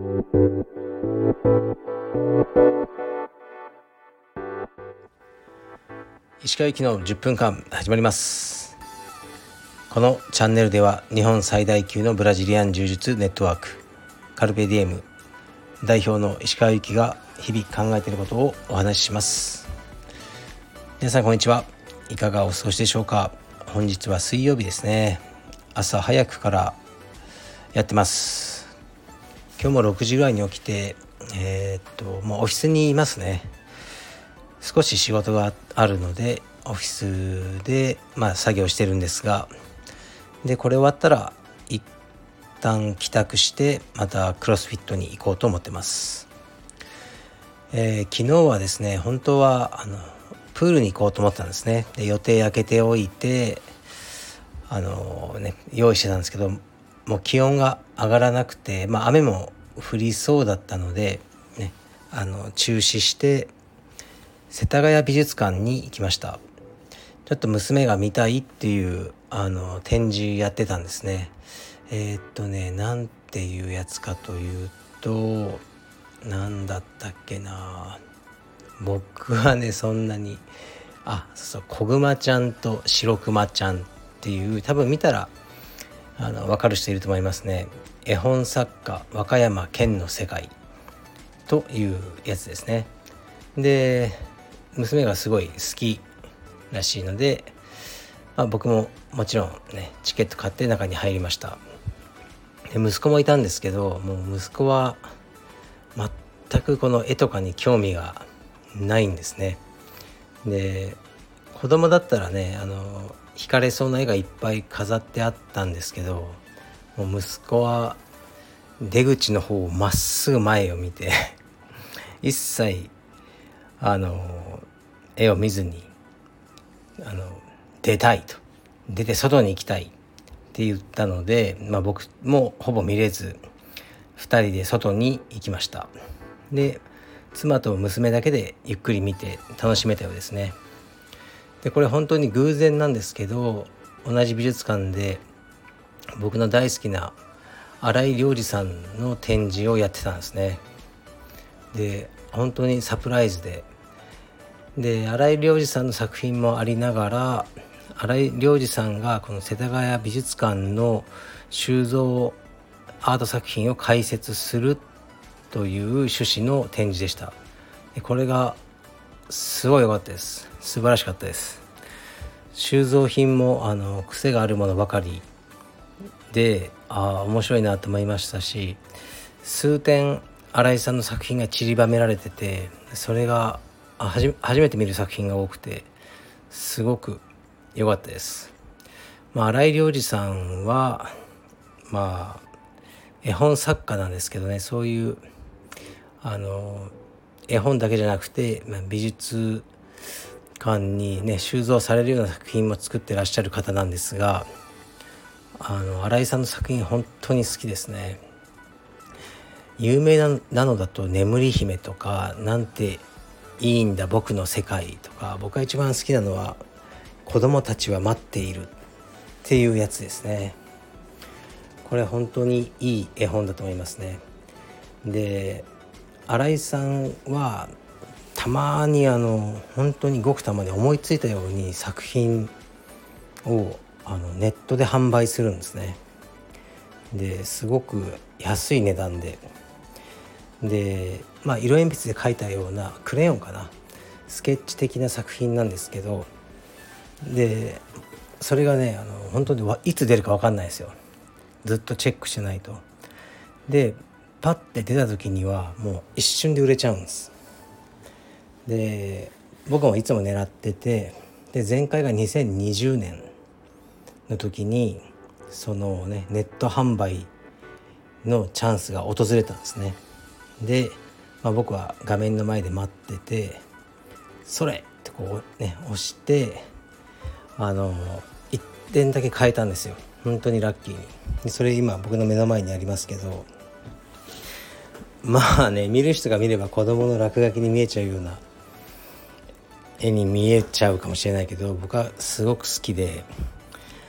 石川行きの10分間始まります。このチャンネルでは日本最大級のブラジリアン柔術ネットワークカルペディエム代表の石川行きが日々考えていることをお話しします。皆さんこんにちは。いかがお過ごしでしょうか。本日は水曜日ですね。朝早くからやってます。今日も6時ぐらいに起きてもうオフィスにいますね。少し仕事があるのでオフィスで作業してるんですが、でこれ終わったら一旦帰宅してまたクロスフィットに行こうと思ってます。昨日はですね、本当はプールに行こうと思ったんですね。で予定空けておいて用意してたんですけど、もう気温が上がらなくて、雨も降りそうだったので、中止して世田谷美術館に行きました。ちょっと娘が見たいっていう展示やってたんですね。なんていうやつかというと、なんだったっけな。僕はねそんなに小熊ちゃんと白熊ちゃんっていう、多分見たら分かる人いると思いますね。絵本作家和歌山県の世界というやつですね。で娘がすごい好きらしいので、僕ももちろんねチケット買って中に入りました。で息子もいたんですけど、もう息子は全くこの絵とかに興味がないんですね。で子供だったらね惹かれそうな絵がいっぱい飾ってあったんですけど、もう息子は出口の方をまっすぐ前を見て一切絵を見ずに出たいと、出て外に行きたいって言ったので、僕もほぼ見れず2人で外に行きました。で妻と娘だけでゆっくり見て楽しめたようですね。でこれ本当に偶然なんですけど、同じ美術館で僕の大好きな新井良二さんの展示をやってたんですね。で本当にサプライズで新井良二さんの作品もありながら、新井良二さんがこの世田谷美術館の収蔵アート作品を解説するという趣旨の展示でした。でこれがすごい良かったです。素晴らしかったです。収蔵品も癖があるものばかりで面白いなと思いましたし、数点新井さんの作品が散りばめられてて、それが初めて見る作品が多くてすごく良かったです。新井良二さんは絵本作家なんですけどね、そういう絵本だけじゃなくて、美術館にね収蔵されるような作品も作ってらっしゃる方なんですが、新井さんの作品本当に好きですね。有名なのだと眠り姫とか、なんていいんだ僕の世界とか、僕が一番好きなのは子供たちは待っているっていうやつですね。これ本当にいい絵本だと思いますね。で新井さんはたまに本当にごくたまに思いついたように作品をネットで販売するんですね。ですごく安い値段で色鉛筆で描いたようなクレヨンかな、スケッチ的な作品なんですけど、でそれがね本当にいつ出るか分かんないですよ。ずっとチェックしないと。でパッて出た時にはもう一瞬で売れちゃうんです。で僕もいつも狙ってて、で前回が2020年の時にそのねネット販売のチャンスが訪れたんですね。で、僕は画面の前で待ってて、それってこうね押して1点だけ変えたんですよ。本当にラッキーに。でそれ今僕の目の前にありますけど、見る人が見れば子供の落書きに見えちゃうような絵に見えちゃうかもしれないけど、僕はすごく好きで、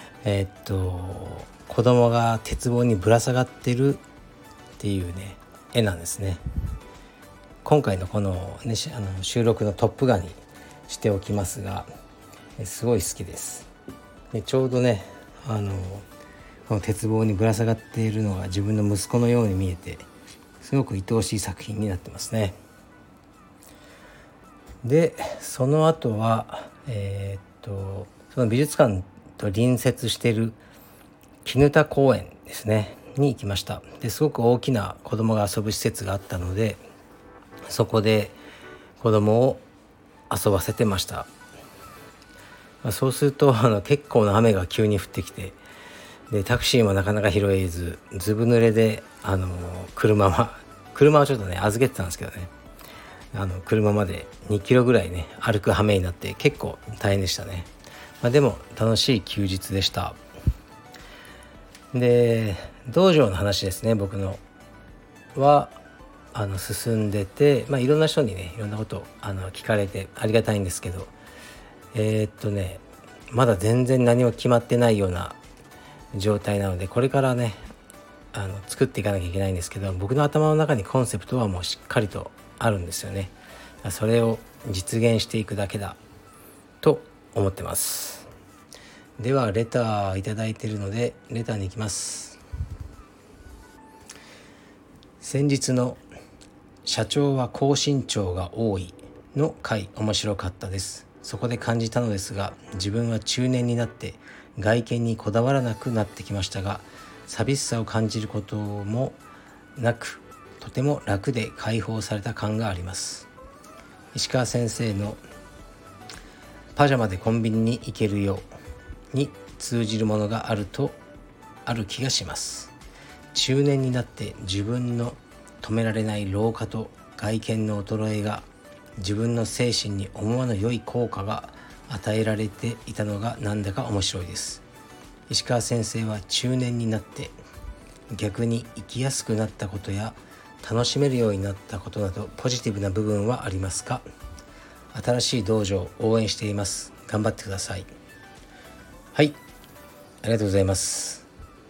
子供が鉄棒にぶら下がってるっていうね絵なんですね。今回のこの、ね、収録のトップ画にしておきますが、すごい好きです。でちょうどねこの鉄棒にぶら下がっているのが自分の息子のように見えて、すごく愛おしい作品になってますね。でその後はその美術館と隣接している砧公園ですねに行きました。ですごく大きな子供が遊ぶ施設があったので、そこで子供を遊ばせてました。そうすると結構な雨が急に降ってきて、でタクシーもなかなか拾えず、ずぶ濡れで車はちょっとね預けてたんですけどね、車まで2キロぐらいね歩く羽目になって結構大変でしたね。でも楽しい休日でした。で道場の話ですね。僕のは進んでて、いろんな人にねいろんなこと聞かれてありがたいんですけど、まだ全然何も決まってないような状態なので、これからね作っていかなきゃいけないんですけど、僕の頭の中にコンセプトはもうしっかりとあるんですよね。それを実現していくだけだと思ってます。ではレターいただいているのでレターに行きます。先日の社長は高身長が多いの回面白かったです。そこで感じたのですが、自分は中年になって外見にこだわらなくなってきましたが、寂しさを感じることもなく、とても楽で解放された感があります。石川先生のパジャマでコンビニに行けるように通じるものがある気がします。中年になって自分の止められない老化と外見の衰えが自分の精神に思わぬ良い効果が与えられていたのがなんだか面白いです。石川先生は中年になって逆に生きやすくなったことや楽しめるようになったことなどポジティブな部分はありますか？新しい道場応援しています。頑張ってください。はい、ありがとうございます。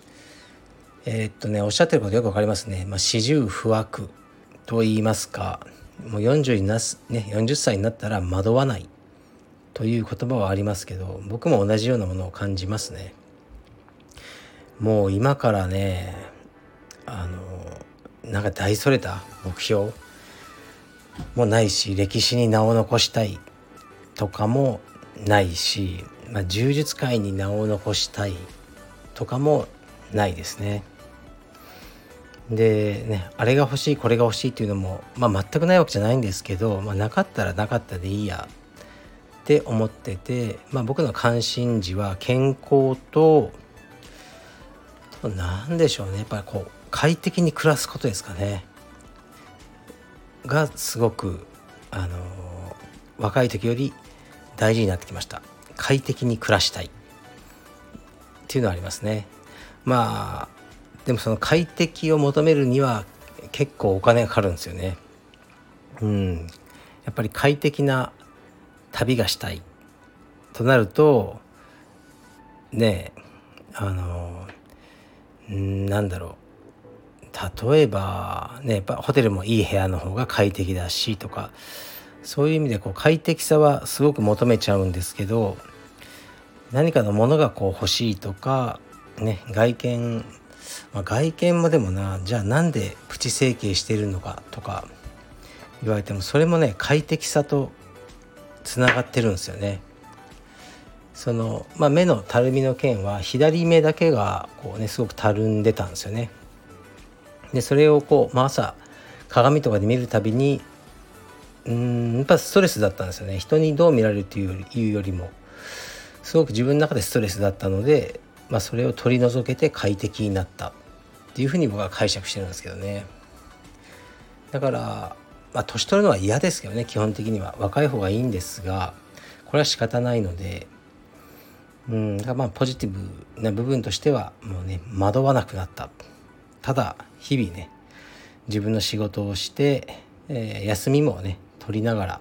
おっしゃってることよくわかりますね。四十不惑と言いますか、もう40歳になったら惑わないという言葉はありますけど、僕も同じようなものを感じますね。もう今からねなんか大それた目標もないし、歴史に名を残したいとかもないし、柔術界に名を残したいとかもないですね。でね、あれが欲しいこれが欲しいっていうのも、全くないわけじゃないんですけど、なかったらなかったでいいやって思ってて、僕の関心事は健康となんでしょうね、やっぱり快適に暮らすことですかねがすごく若い時より大事になってきました。快適に暮らしたいっていうのはありますね。でもその快適を求めるには結構お金がかかるんですよね。やっぱり快適な旅がしたいとなるとね、なんだろう、例えばね、やっぱホテルもいい部屋の方が快適だしとか、そういう意味で快適さはすごく求めちゃうんですけど、何かのものが欲しいとかね、外見もでもじゃあなんでプチ整形してるのかとか言われても、それもね快適さとつながってるんですよね。目のたるみの件は左目だけがすごくたるんでたんですよね。でそれを朝鏡とかで見るたびにやっぱストレスだったんですよね。人にどう見られるというよりもすごく自分の中でストレスだったので、それを取り除けて快適になったっていうふうに僕は解釈してるんですけどね。だから年取るのは嫌ですけどね、基本的には若い方がいいんですが、これは仕方ないので、ポジティブな部分としてはもうね惑わなくなった。ただ日々ね自分の仕事をして、休みもね取りながら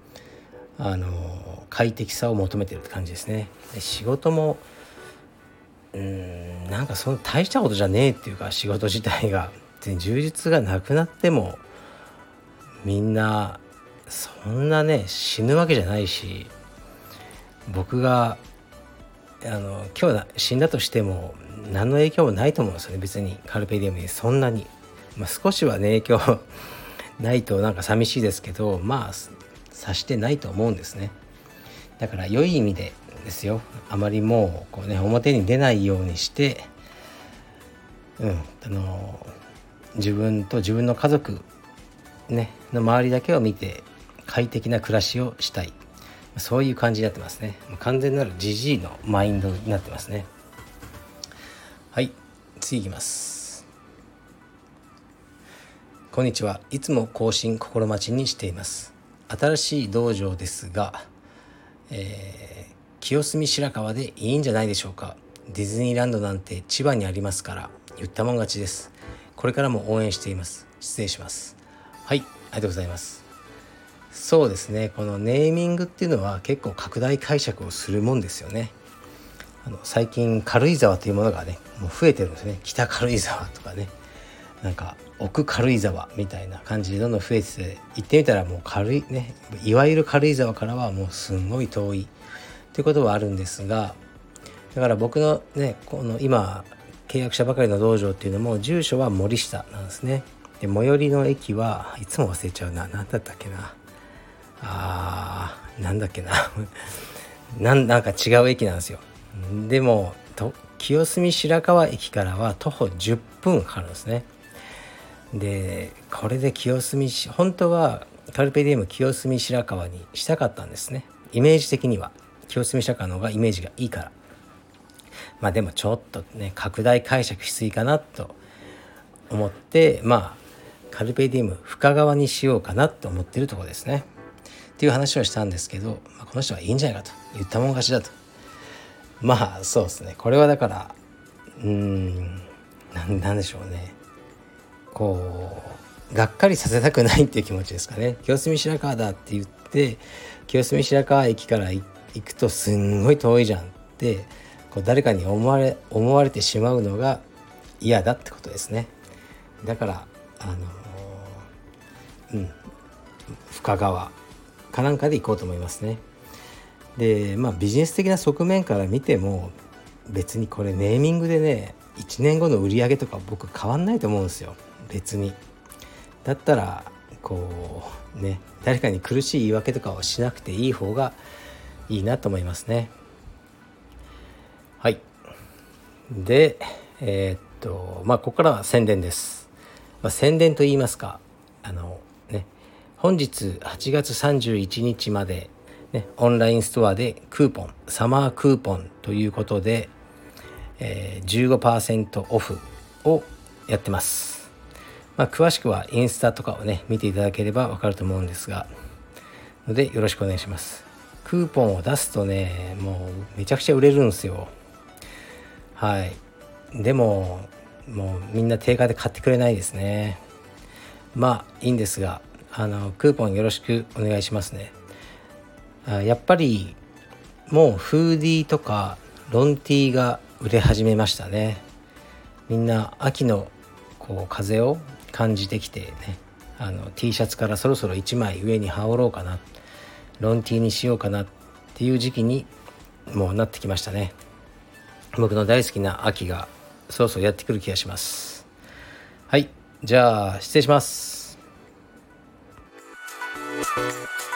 快適さを求めてるって感じですね。で仕事もなんかその大したことじゃねえっていうか、仕事自体が別に充実がなくなってもみんなそんなね死ぬわけじゃないし、僕が今日死んだとしても何の影響もないと思うんですよね。別にカルペディウムにそんなに、少しはね影響ないとなんか寂しいですけど、さしてないと思うんですね。だから良い意味でですよ、あまりもう表に出ないようにして、自分と自分の家族の周りだけを見て快適な暮らしをしたい、そういう感じになってますね。完全なるジジイのマインドになってますね。はい、次いきます。こんにちは。いつも更新心待ちにしています。新しい道場ですが、清澄白河でいいんじゃないでしょうか。ディズニーランドなんて千葉にありますから言ったもん勝ちです。これからも応援しています。失礼します。はい、ありがとうございます。そうですね、このネーミングっていうのは結構拡大解釈をするもんですよね。最近軽井沢というものがねもう増えてるんですね。北軽井沢とかね、なんか奥軽井沢みたいな感じでどんどん増えてて、行ってみたらもう軽いね、いわゆる軽井沢からはもうすんごい遠いっていうことはあるんですが、だから僕のねこの今契約したばかりの道場っていうのも住所は森下なんですね。で最寄りの駅はいつも忘れちゃうな、何だったっけな、なんだっけななんか違う駅なんですよ。でも清澄白河駅からは徒歩10分かかるんですね。でこれで本当はカルペディウム清澄白河にしたかったんですね。イメージ的には清澄白河の方がイメージがいいから、でもちょっとね拡大解釈しすぎかなと思って、カルペディウム深川にしようかなと思ってるところですねっていう話をしたんですけど、この人はいいんじゃないかと、言ったもん勝ちだと。そうですね、これはだからなんでしょうね、がっかりさせたくないっていう気持ちですかね。清澄白河だって言って清澄白河駅から行くとすんごい遠いじゃんって誰かに思われてしまうのが嫌だってことですね。だから深川かなんかで行こうと思いますね。でビジネス的な側面から見ても別にこれネーミングでね1年後の売り上げとか僕変わんないと思うんですよ。別にだったら誰かに苦しい言い訳とかをしなくていい方がいいなと思いますね。はい。でここからは宣伝です。宣伝と言いますか本日8月31日まで、オンラインストアでクーポンサマークーポンということで、15% オフをやってます。詳しくはインスタとかをね見ていただければ分かると思うんですが、のでよろしくお願いします。クーポンを出すとねもうめちゃくちゃ売れるんですよ。はい。でももうみんな定価で買ってくれないですね。いいんですがクーポンよろしくお願いしますね。やっぱりもうフーディーとかロンティーが売れ始めましたね。みんな秋の風を感じてきてね、T シャツからそろそろ1枚上に羽織ろうかな、ロンティーにしようかなっていう時期にもうなってきましたね。僕の大好きな秋がそろそろやってくる気がします。はい、じゃあ失礼します。